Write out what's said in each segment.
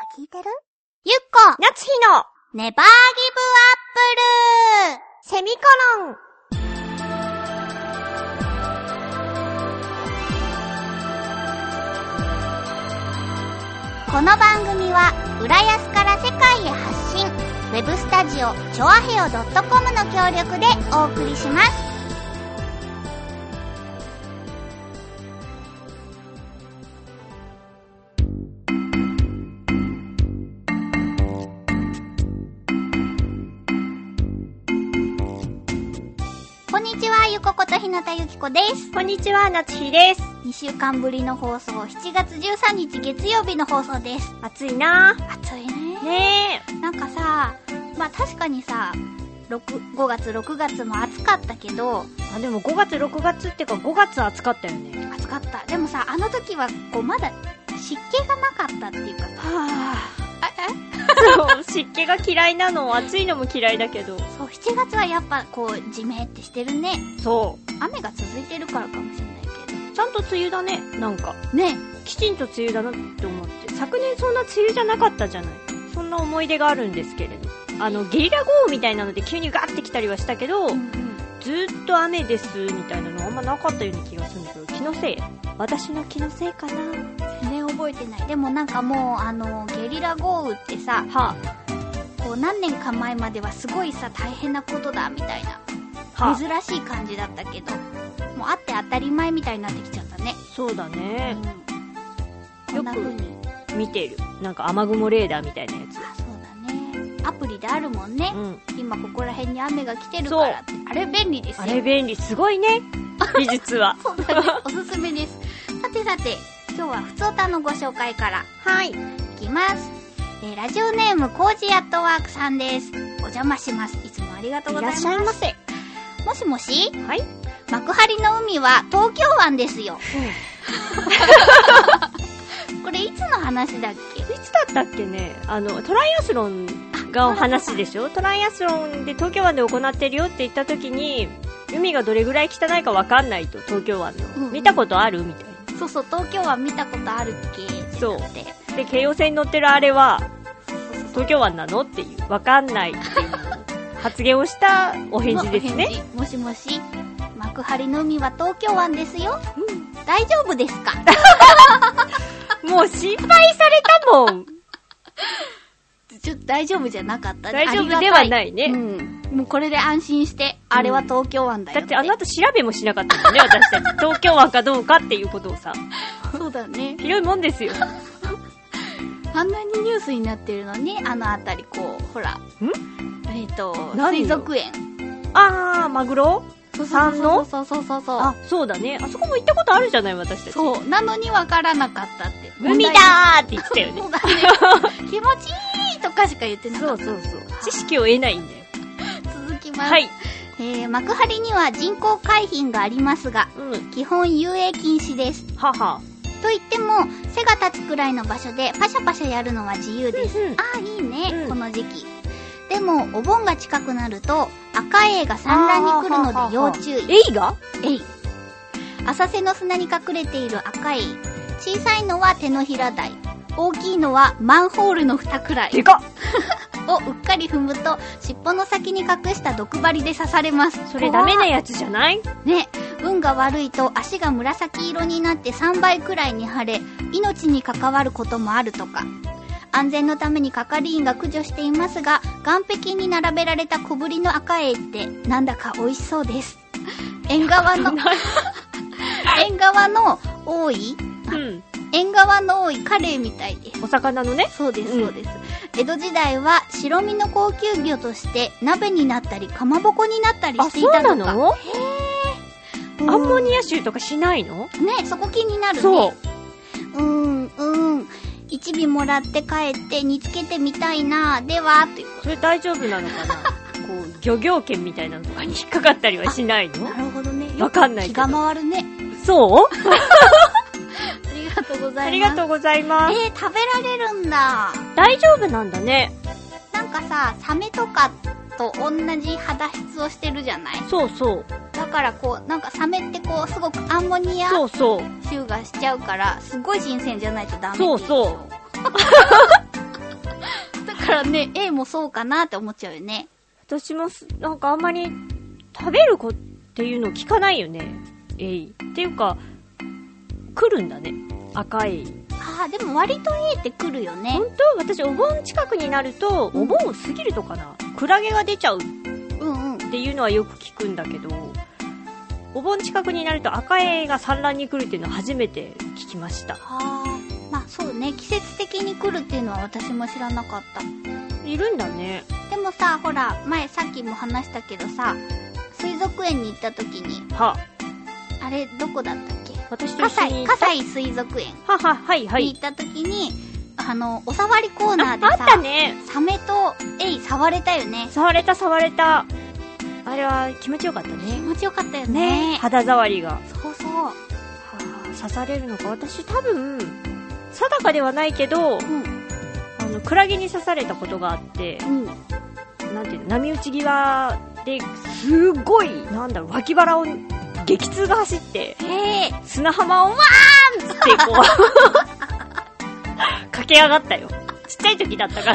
聞いてる？ゆっこ夏日のネバーギブアップルセミコロン。 この番組は浦安から世界へ発信、ウェブスタジオチョアヘオ .com の協力でお送りします。こんにちは、ゆこことひなたゆきこです。 こんにちは、夏日です。 2週間ぶりの放送、7月13日月曜日の放送です。 暑いなぁ。 暑いね。 ねえ。なんかさ、まあ確かにさ、5月6月も暑かったけど、 でも5月6月ってか5月暑かったよね。 暑かった。でもさ、あの時はこうまだ湿気がなかったっていうかさ、 そう、湿気が嫌いなの、暑いのも嫌いだけど。 そう、7月はやっぱこうジメってしてるね。 そう。 雨が続いてるからかもしれないけど。 ちゃんと梅雨だね、なんか。 ね。 きちんと梅雨だなって思って。昨年そんな梅雨じゃなかったじゃない。そんな思い出があるんですけれど。ゲリラ豪雨みたいなので急にガッて来たりはしたけど、ずーっと雨ですみたいなのあんまなかったような気がするんだけど、気のせい？私の気のせいかな？ 全然覚えてない。でもなんかもうゲリラ豪雨ってさ、こう何年か前まではすごいさ大変なことだみたいな、珍しい感じだったけど、もうあって当たり前みたいになってきちゃったね。 そうだね。 こんな風に見てる。なんか雨雲レーダーみたいなやつ。 あ、そうだね。アプリであるもんね。今ここら辺に雨が来てるからって。あれ便利ですよ。 あれ便利。すごいね。技術は。 そうだね。おすすめです。さてさて、今日はふつおたのご紹介から。 はい。 いきます。ラジオネームコージアットワークさんです。お邪魔します。いつもありがとうございます。 いらっしゃいませ。 もしもし？ はい。 幕張の海は東京湾ですよ。これいつの話だっけ？ いつだったっけね。トライアスロンがお話でしょ。トライアスロンで東京湾で行ってるよって言った時に、海がどれぐらい汚いかわかんないと、東京湾の。見たことあるみたいな。 そうそう、東京湾見たことあるっけってなって。 そう。で、京葉線に乗ってるあれは、東京湾なのっていう、わかんないっていう発言をしたお返事ですね。 もしもし、幕張の海は東京湾ですよ。大丈夫ですか？ もう心配されたもん。 ちょっと大丈夫じゃなかったね。大丈夫ではないね。 もうこれで安心して、あれは東京湾だよって。 だってあの後調べもしなかったもんね、私たち。東京湾かどうかっていうことをさ。 そうだね。 広いもんですよ。 あんなにニュースになってるのに、あのあたりこう、ほら。水族園。 マグロ？ そう。 あ、そうだね。あそこも行ったことあるじゃない、私たち。 そう。なのにわからなかったって。 海だーって言ってたよね。 そうだね。気持ちいいとかしか言ってなかった。 そう。知識を得ないんだよ。 続きます。 はい。 幕張には人工海浜がありますが、基本遊泳禁止です。 はは。 と言っても、背が立つくらいの場所でパシャパシャやるのは自由です。いいね、この時期。でも、お盆が近くなると、赤エイが産卵に来るので要注意。 エイが？ エイ。浅瀬の砂に隠れている赤エイ。小さいのは手のひら大。大きいのはマンホールの蓋くらい。 でかっ！ をうっかり踏むと、尻尾の先に隠した毒針で刺されます。 それダメなやつじゃない？ ね。運が悪いと足が紫色になって3倍くらいに腫れ、命に関わることもあるとか。安全のために係員が駆除していますが、岸壁に並べられた小ぶりの赤エイってなんだか美味しそうです。縁側の多い、縁側の多いカレイみたいです。 お魚のね。 そうです。江戸時代は白身の高級魚として鍋になったりかまぼこになったりしていたのか。 そうなの？アンモニア臭とかしないの？ ね、そこ気になるね。 そう。 1尾もらって帰って煮つけてみたいな。では、ということ。 それ大丈夫なのかな？こう、漁業権みたいなのとかに引っかかったりはしないの？ なるほどね。 わかんないけど。 気が回るね。 そう？ ありがとうございます。 ありがとうございます。 食べられるんだ。 大丈夫なんだね。 なんかさ、サメとかと同じ肌質をしてるじゃない？ そう。 だからこう、なんかサメってこう、すごくアンモニア臭がしちゃうから、すごい新鮮じゃないとダメって言うでしょ。 そう。 からね、A もそうかなって思っちゃうよね。 私もなんかあんまり食べる子っていうの聞かないよね。っていうか、来るんだね。赤い。 でも割と A って来るよね。 本当？私お盆近くになると、お盆を過ぎるとかな。クラゲが出ちゃうっていうのはよく聞くんだけど、お盆近くになると赤エイが産卵に来るっていうのは初めて聞きました。 まあそうね、季節的に来るっていうのは私も知らなかった。 いるんだね。 でもさ、ほら、前さっきも話したけどさ、水族園に行った時に、あれどこだったっけ？ 私と一緒に葛西水族園はいはいに行った時に、お触りコーナーでさ、 あったね。 サメとエイ触れたよね。 触れた。あれは気持ちよかったね。 気持ちよかったよね。 肌触りが。 そうそう。 刺されるのか。私多分定かではないけど、クラゲに刺されたことがあって、なんていうの、波打ち際ですごい脇腹を激痛が走って、砂浜をわーんってこう駆け上がったよ。ちっちゃい時だったから。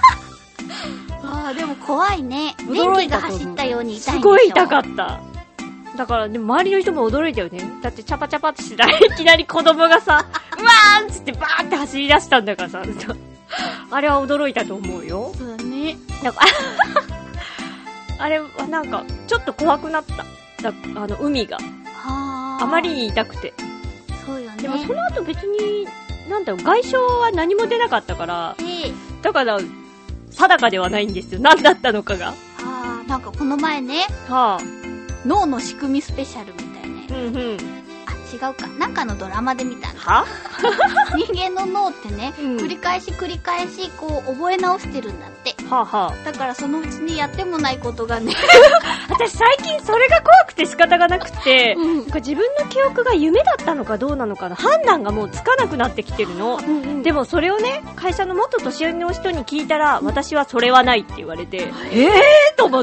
でも怖いね。電気が走ったように痛いんでしょ。 すごい痛かった。だからでも周りの人も驚いたよね。だってチャパチャパってしてたらいきなり子供がさ、うわーんつってバーって走り出したんだからさ、あれは驚いたと思うよ。 そうだね。 なんかあれはなんかちょっと怖くなった。海があまりに痛くて。 そうよね。 でもその後別に外傷は何も出なかったから、だから定かではないんですよ。何だったのかが。 なんかこの前ね、脳の仕組みスペシャルみたいね。違うか。なんかのドラマで見たんだ。人間の脳ってね、繰り返しこう覚え直してるんだって。だからそのうちにやってもないことがね。 私最近それが怖くて仕方がなくて、自分の記憶が夢だったのかどうなのかの判断がもうつかなくなってきてるの。でもそれをね、会社の元年寄りの人に聞いたら、私はそれはないって言われて、と思って。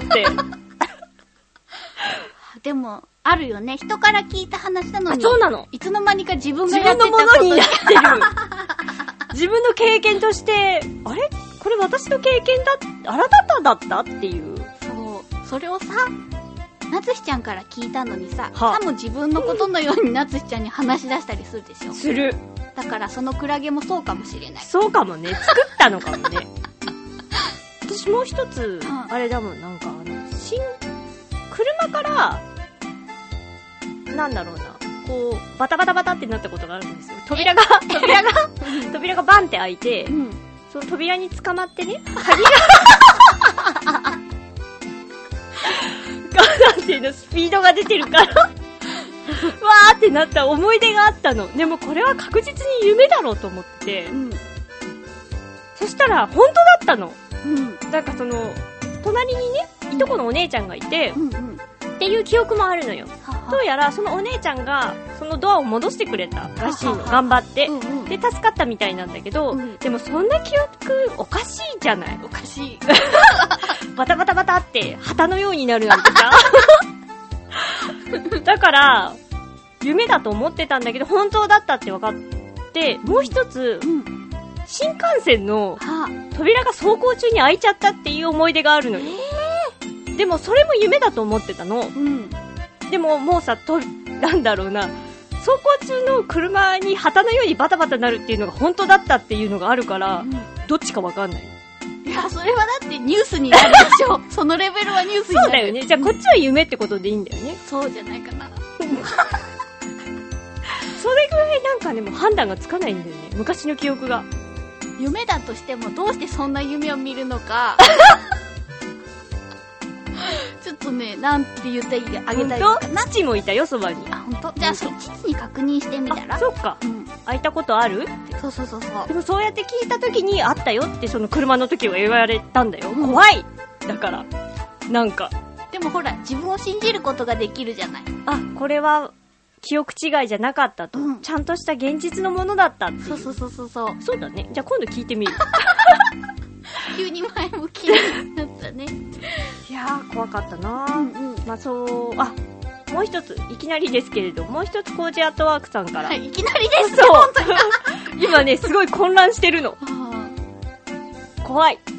でもあるよね。人から聞いた話なのに。 そうなの。 いつの間にか自分がやってたこと自分のものになってる。自分の経験として、あれこれ私の経験あなただったっていう。 それをさ、なつしちゃんから聞いたのにさ、さも自分のことのようになつしちゃんに話し出したりするでしょ。 する。 だからそのクラゲもそうかもしれない。 そうかもね。作ったのかもね。私もう一つ、あれだもん、車から、こう、バタバタバタってなったことがあるんですよ。扉がバンって開いて、その扉に捕まってね、鍵が、なんていうの、スピードが出てるから、わーってなった思い出があったの。でもこれは確実に夢だろうと思って、そしたら本当だったの。なんか隣にね、いとこのお姉ちゃんがいて、っていう記憶もあるのよ。どうやらそのお姉ちゃんがそのドアを戻してくれたらしいの。頑張って、で助かったみたいなんだけど、でもそんな記憶おかしいじゃない。 おかしい。 バタバタバタって旗のようになるなんてさ。だから夢だと思ってたんだけど本当だったって分かって、もう一つ、新幹線の扉が走行中に開いちゃったっていう思い出があるのよ。でもそれも夢だと思ってたの。でももうさ、走行中の車に旗のようにバタバタなるっていうのが本当だったっていうのがあるから、どっちかわかんない。 いや、それはだってニュースになるでしょ。そのレベルはニュースになる。 そうだよね。じゃあこっちは夢ってことでいいんだよね。 そうじゃないかな。 それぐらいもう判断がつかないんだよね。昔の記憶が。 夢だとしてもどうしてそんな夢を見るのか。ちょっとね、なんて言ってあげたいかな。 父もいたよ、そばに。 ほんと？じゃあ父に確認してみたら？ そっか。開いたことある？ そう。 でもそうやって聞いた時にあったよってその車の時は言われたんだよ。怖い。だからでもほら、自分を信じることができるじゃない。 これは記憶違いじゃなかったと、ちゃんとした現実のものだったっていう。 そう。 そうだね。じゃあ今度聞いてみる。 急に前向きになったね。 いやー、怖かったなー。もう一つ、いきなりですけれど、もう一つコージアットワークさんから。 いきなりですね、本当に。 今ね、すごい混乱してるの。怖い。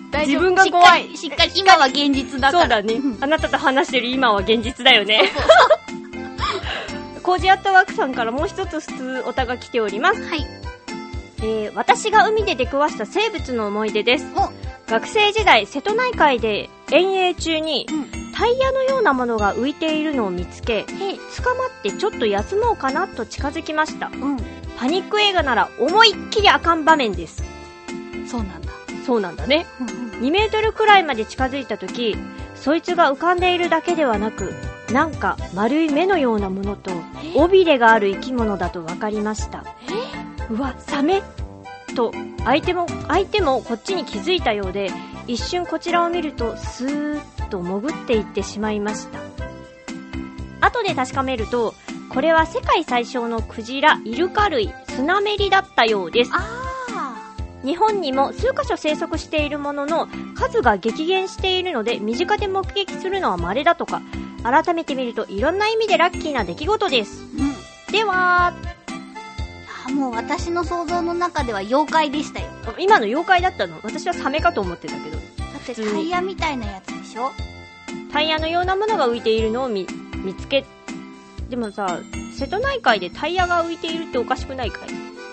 大丈夫。 自分が怖い。 しっかり今は現実だから。 そうだね。あなたと話してる今は現実だよね。コージアットワークさんからもう一つ普通おたが来ております。 はい。 私が海で出くわした生物の思い出です。学生時代、瀬戸内海で遠泳中に、タイヤのようなものが浮いているのを見つけ、捕まってちょっと休もうかなと近づきました。パニック映画なら思いっきりあかん場面です。 そうなんだ。 そうなんだね。2メートルくらいまで近づいたとき、そいつが浮かんでいるだけではなく、なんか丸い目のようなものと尾びれがある生き物だと分かりました。うわ、サメと相手もこっちに気づいたようで、一瞬こちらを見るとスーッと潜っていってしまいました。後で確かめると、これは世界最小のクジラ、イルカ類、スナメリだったようです。日本にも数カ所生息しているものの、数が激減しているので身近で目撃するのは稀だとか。改めて見るといろんな意味でラッキーな出来事です。では、 もう私の想像の中では妖怪でしたよ。 今の妖怪だったの？私はサメかと思ってたけど。だってタイヤみたいなやつでしょ？ タイヤのようなものが浮いているのを見つけ。でもさ、瀬戸内海でタイヤが浮いているっておかしくないかい？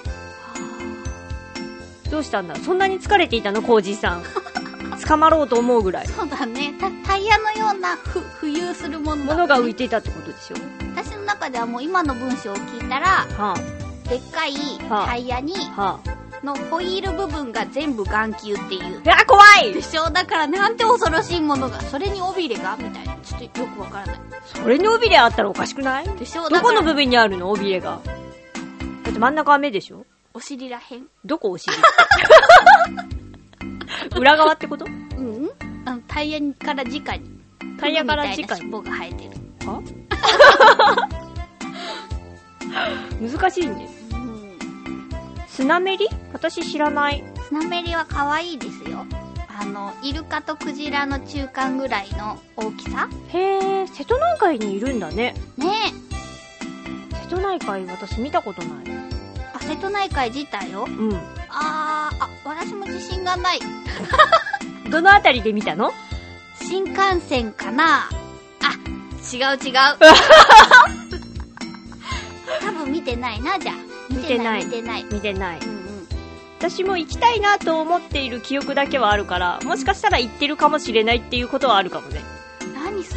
どうしたんだ？そんなに疲れていたの？コージーさん。捕まろうと思うぐらい。 そうだね。タイヤのような浮遊するものが浮いていたってことでしょ？ 私の中ではもう今の文章を聞いたら、でっかいタイヤに、のホイール部分が全部眼球っていう。 怖いでしょ？だからなんて恐ろしいものが、それに尾びれがみたいな。ちょっとよくわからない。 それに尾びれあったらおかしくない？ でしょ？ どこの部分にあるの？尾びれが。だって真ん中は目でしょ？ お尻らへん。 どこお尻？裏側ってこと？ タイヤから直に。 タイヤから直に。 尻尾が生えてる。 は？難しいね。スナメリ？私知らない。 スナメリは可愛いですよ。イルカとクジラの中間ぐらいの大きさ？ へー、瀬戸内海にいるんだね。 ねえ。瀬戸内海私見たことない。 瀬戸内海自体よ？私も自信がない。 どのあたりで見たの？ 新幹線かな？違う。多分見てないな、じゃあ。見てない。 私も行きたいなと思っている記憶だけはあるから、もしかしたら行ってるかもしれないっていうことはあるかもね。 何それ？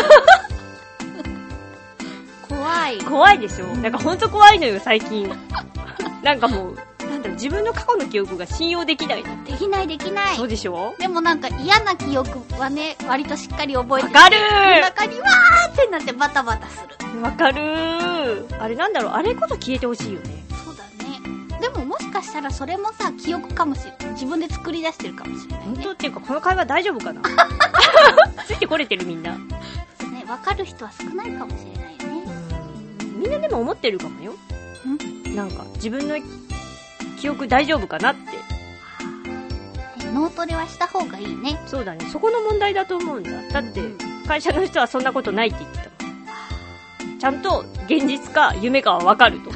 怖いでしょ？なんかほんと怖いのよ、最近。なんかもう、自分の過去の記憶が信用できないの。 できない。 そうでしょ？ でもなんか嫌な記憶はね、割としっかり覚えてる。 わかるー！中にわーってなってバタバタする。 わかるー。あれなんだろう、あれこそ消えてほしいよね。 そうだね。でももしかしたらそれもさ、記憶かもしれない。自分で作り出してるかもしれないね。 本当っていうか、この会話大丈夫かな？ついてこれてるみんな。 そうね、わかる人は少ないかもしれないよね。 みんなでも思ってるかもよ。なんか、自分の記憶大丈夫かなって。 脳トレはした方がいいね。 そうだね。そこの問題だと思うんだ。だって、会社の人はそんなことないって言ってたもん。ちゃんと現実か夢かは分かると。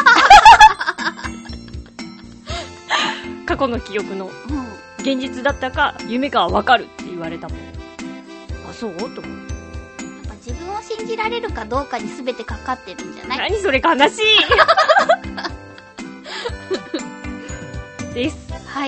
過去の記憶の現実だったか夢かは分かるって言われたもん。そうと思う。 自分を信じられるかどうかに全てかかってるんじゃない？ 何それ悲しいです。はい、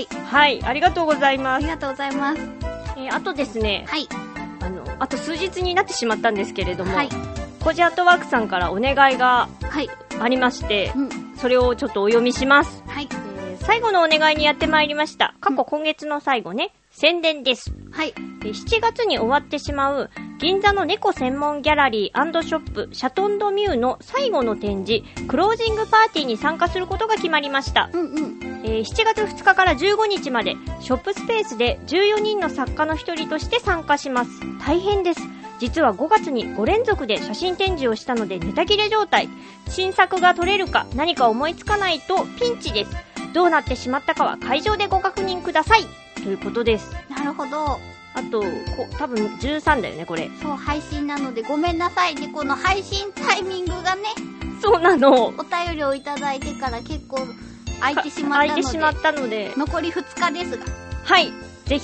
ありがとうございます。 ありがとうございます。 あとですね、 はい、 あと数日になってしまったんですけれども、コジアットワークさんからお願いがありまして、それをちょっとお読みします。最後のお願いにやってまいりました。過去今月の最後ね、宣伝です。7月に終わってしまう銀座の猫専門ギャラリー&ショップシャトンドミューの最後の展示クロージングパーティーに参加することが決まりました。7月2日から15日までショップスペースで14人の作家の一人として参加します。大変です。実は5月に5連続で写真展示をしたのでネタ切れ状態。新作が撮れるか何か思いつかないとピンチです。どうなってしまったかは会場でご確認くださいということです。 なるほど。 あと多分13だよねこれ。 そう、配信なのでごめんなさいね。この配信タイミングがね。 そうなの。 お便りをいただいてから結構空いてしまったので残り2日ですが、 はい、ぜひ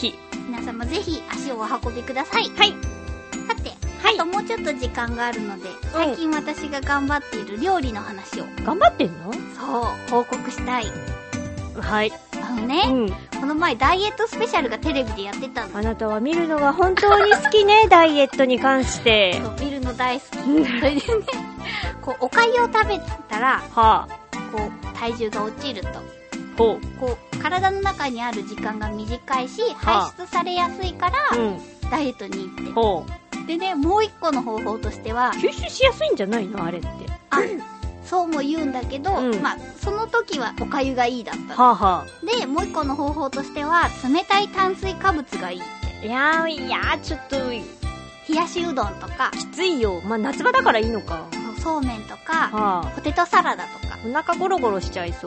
皆様ぜひ足をお運びください。 はい。 さて、 はい。 あともうちょっと時間があるので、最近私が頑張っている料理の話を。 頑張ってんの？ そう、報告したい。 はい。 この前ダイエットスペシャルがテレビでやってたの。 あなたは見るのが本当に好きね、ダイエットに関して。 そう、見るの大好き。それでね、こう、おかゆを食べたら、 こう、体重が落ちると。 こう、体の中にある時間が短いし、排出されやすいから、ダイエットに行って。でね、もう一個の方法としては、 吸収しやすいんじゃないのあれって。 そうも言うんだけど、まあ、その時はおかゆがいいだったの。で、もう一個の方法としては、冷たい炭水化物がいいって。 いやちょっと、 冷やしうどんとか。 きついよ。まあ、夏場だからいいのか。 そうめんとか、ポテトサラダとか。 お腹ゴロゴロしちゃいそう。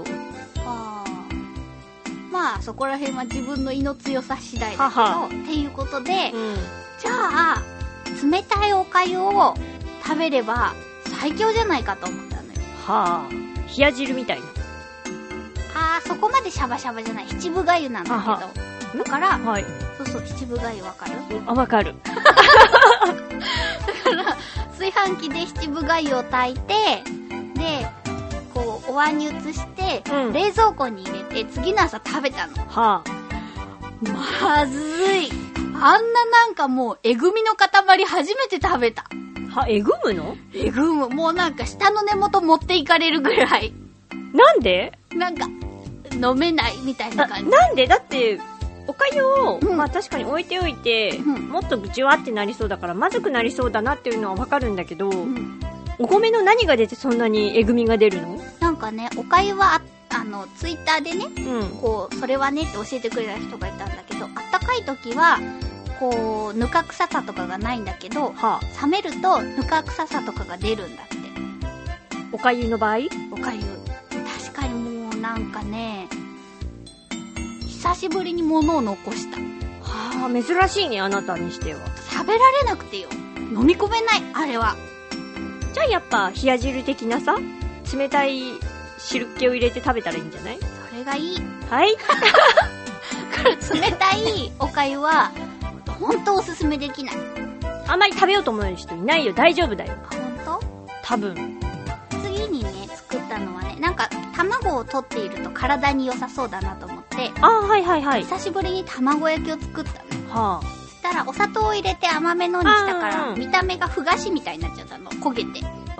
まあ、そこら辺は自分の胃の強さ次第だけど、っていうことで、じゃあ、冷たいおかゆを食べれば最強じゃないかと思ったのよ。 冷や汁みたいな。 そこまでシャバシャバじゃない。七分がゆなんだけど。だから、そうそう、七分がゆわかる？ わかる。 だから、炊飯器で七分がゆを炊いて、で、こう、お椀に移して、冷蔵庫に入れて、次の朝食べたの。まずい。あんななんかもう、えぐみの塊初めて食べた。 えぐむの？ えぐむ。もうなんか下の根元持っていかれるぐらい。 なんで？ なんか、飲めないみたいな感じ。 なんで？だって、おかゆを、まあ確かに置いておいて、もっとじわってなりそうだから、まずくなりそうだなっていうのはわかるんだけど、お米の何が出てそんなにえぐみが出るの？なんかね、おかゆは、ツイッターでね、こう、それはねって教えてくれた人がいたんだけど、あったかい時は、こう、ぬか臭さとかがないんだけど、冷めるとぬか臭さとかが出るんだって。 おかゆの場合？ おかゆ。確かにもうなんかね、久しぶりに物を残した。 珍しいね、あなたにしては。 食べられなくてよ。飲み込めない、あれは。 じゃあやっぱ、冷や汁的なさ、冷たい汁気を入れて食べたらいいんじゃない？ それがいい。 はい。 冷たいおかゆは、ほんとおすすめできない。 あんまり食べようと思う人いないよ。大丈夫だよ。 ほんと？ 多分。 次にね、作ったのはね、なんか、卵を取っていると体に良さそうだなと思って。久しぶりに卵焼きを作ったの。そしたら、お砂糖を入れて甘めのにしたから、見た目がふ菓子みたいになっちゃったの。焦げて。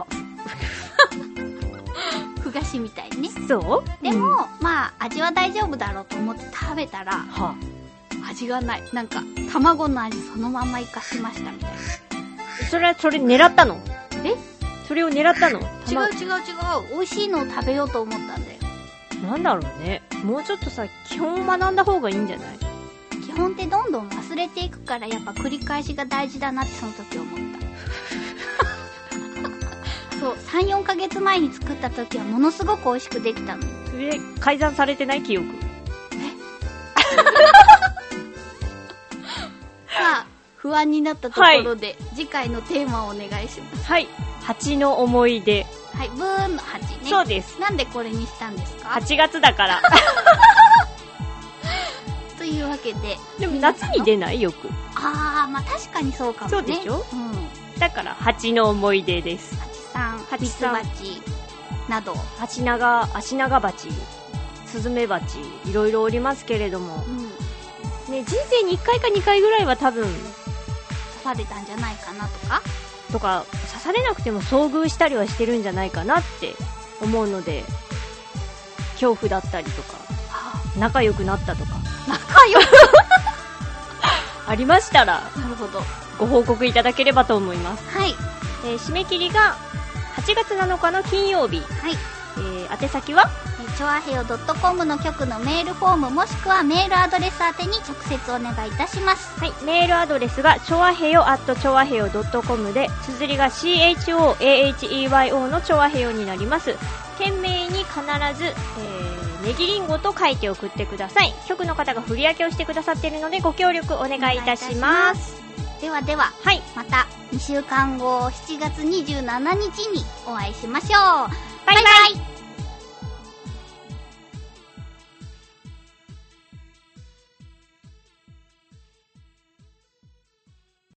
ふ菓子みたいにね。 そう？ でも、まあ、味は大丈夫だろうと思って食べたら、味がない。なんか、卵の味そのまま活かしましたみたいな。 それ狙ったの？それを狙ったの？ 違う。美味しいのを食べようと思ったんだよ。 なんだろうね。もうちょっとさ、基本を学んだ方がいいんじゃない？ 基本ってどんどん忘れていくから、やっぱ繰り返しが大事だなってその時思った。そう、3、4ヶ月前に作った時はものすごく美味しくできたの。 それ、改ざんされてない記憶？ さあ、不安になったところで、次回のテーマをお願いします。 はい。蜂の思い出。 はい、ブーンの蜂ね。 そうです。 なんでこれにしたんですか ？8月だから。 というわけで。 でも夏に出ないよく。 まあ確かにそうかもね。 そうでしょ？だから、蜂の思い出です。 蜂さん、ミツバチなど。 アシナガバチ、スズメバチ、いろいろおりますけれども。ね、人生に1回か2回ぐらいは多分、 刺されたんじゃないかなとか刺されなくても遭遇したりはしてるんじゃないかなって思うので、恐怖だったりとか、仲良くなったとか。 仲良くありましたら、 なるほど。 ご報告いただければと思います。 はい。 締め切りが8月7日の金曜日。 はい。 宛先はチョアヘヨ .com の局のメールフォームもしくはメールアドレス宛てに直接お願いいたします。 はい、メールアドレスがチョアヘヨ@choaheyo.com で、綴りが CHOAHEYO のチョアヘヨになります。件名に必ず、ネギリンゴと書いて送ってください。局の方が振り分けをしてくださっているのでご協力お願いいたします。 ではでは、 はい、また 2週間後7月27日にお会いしましょう。 バイバイ。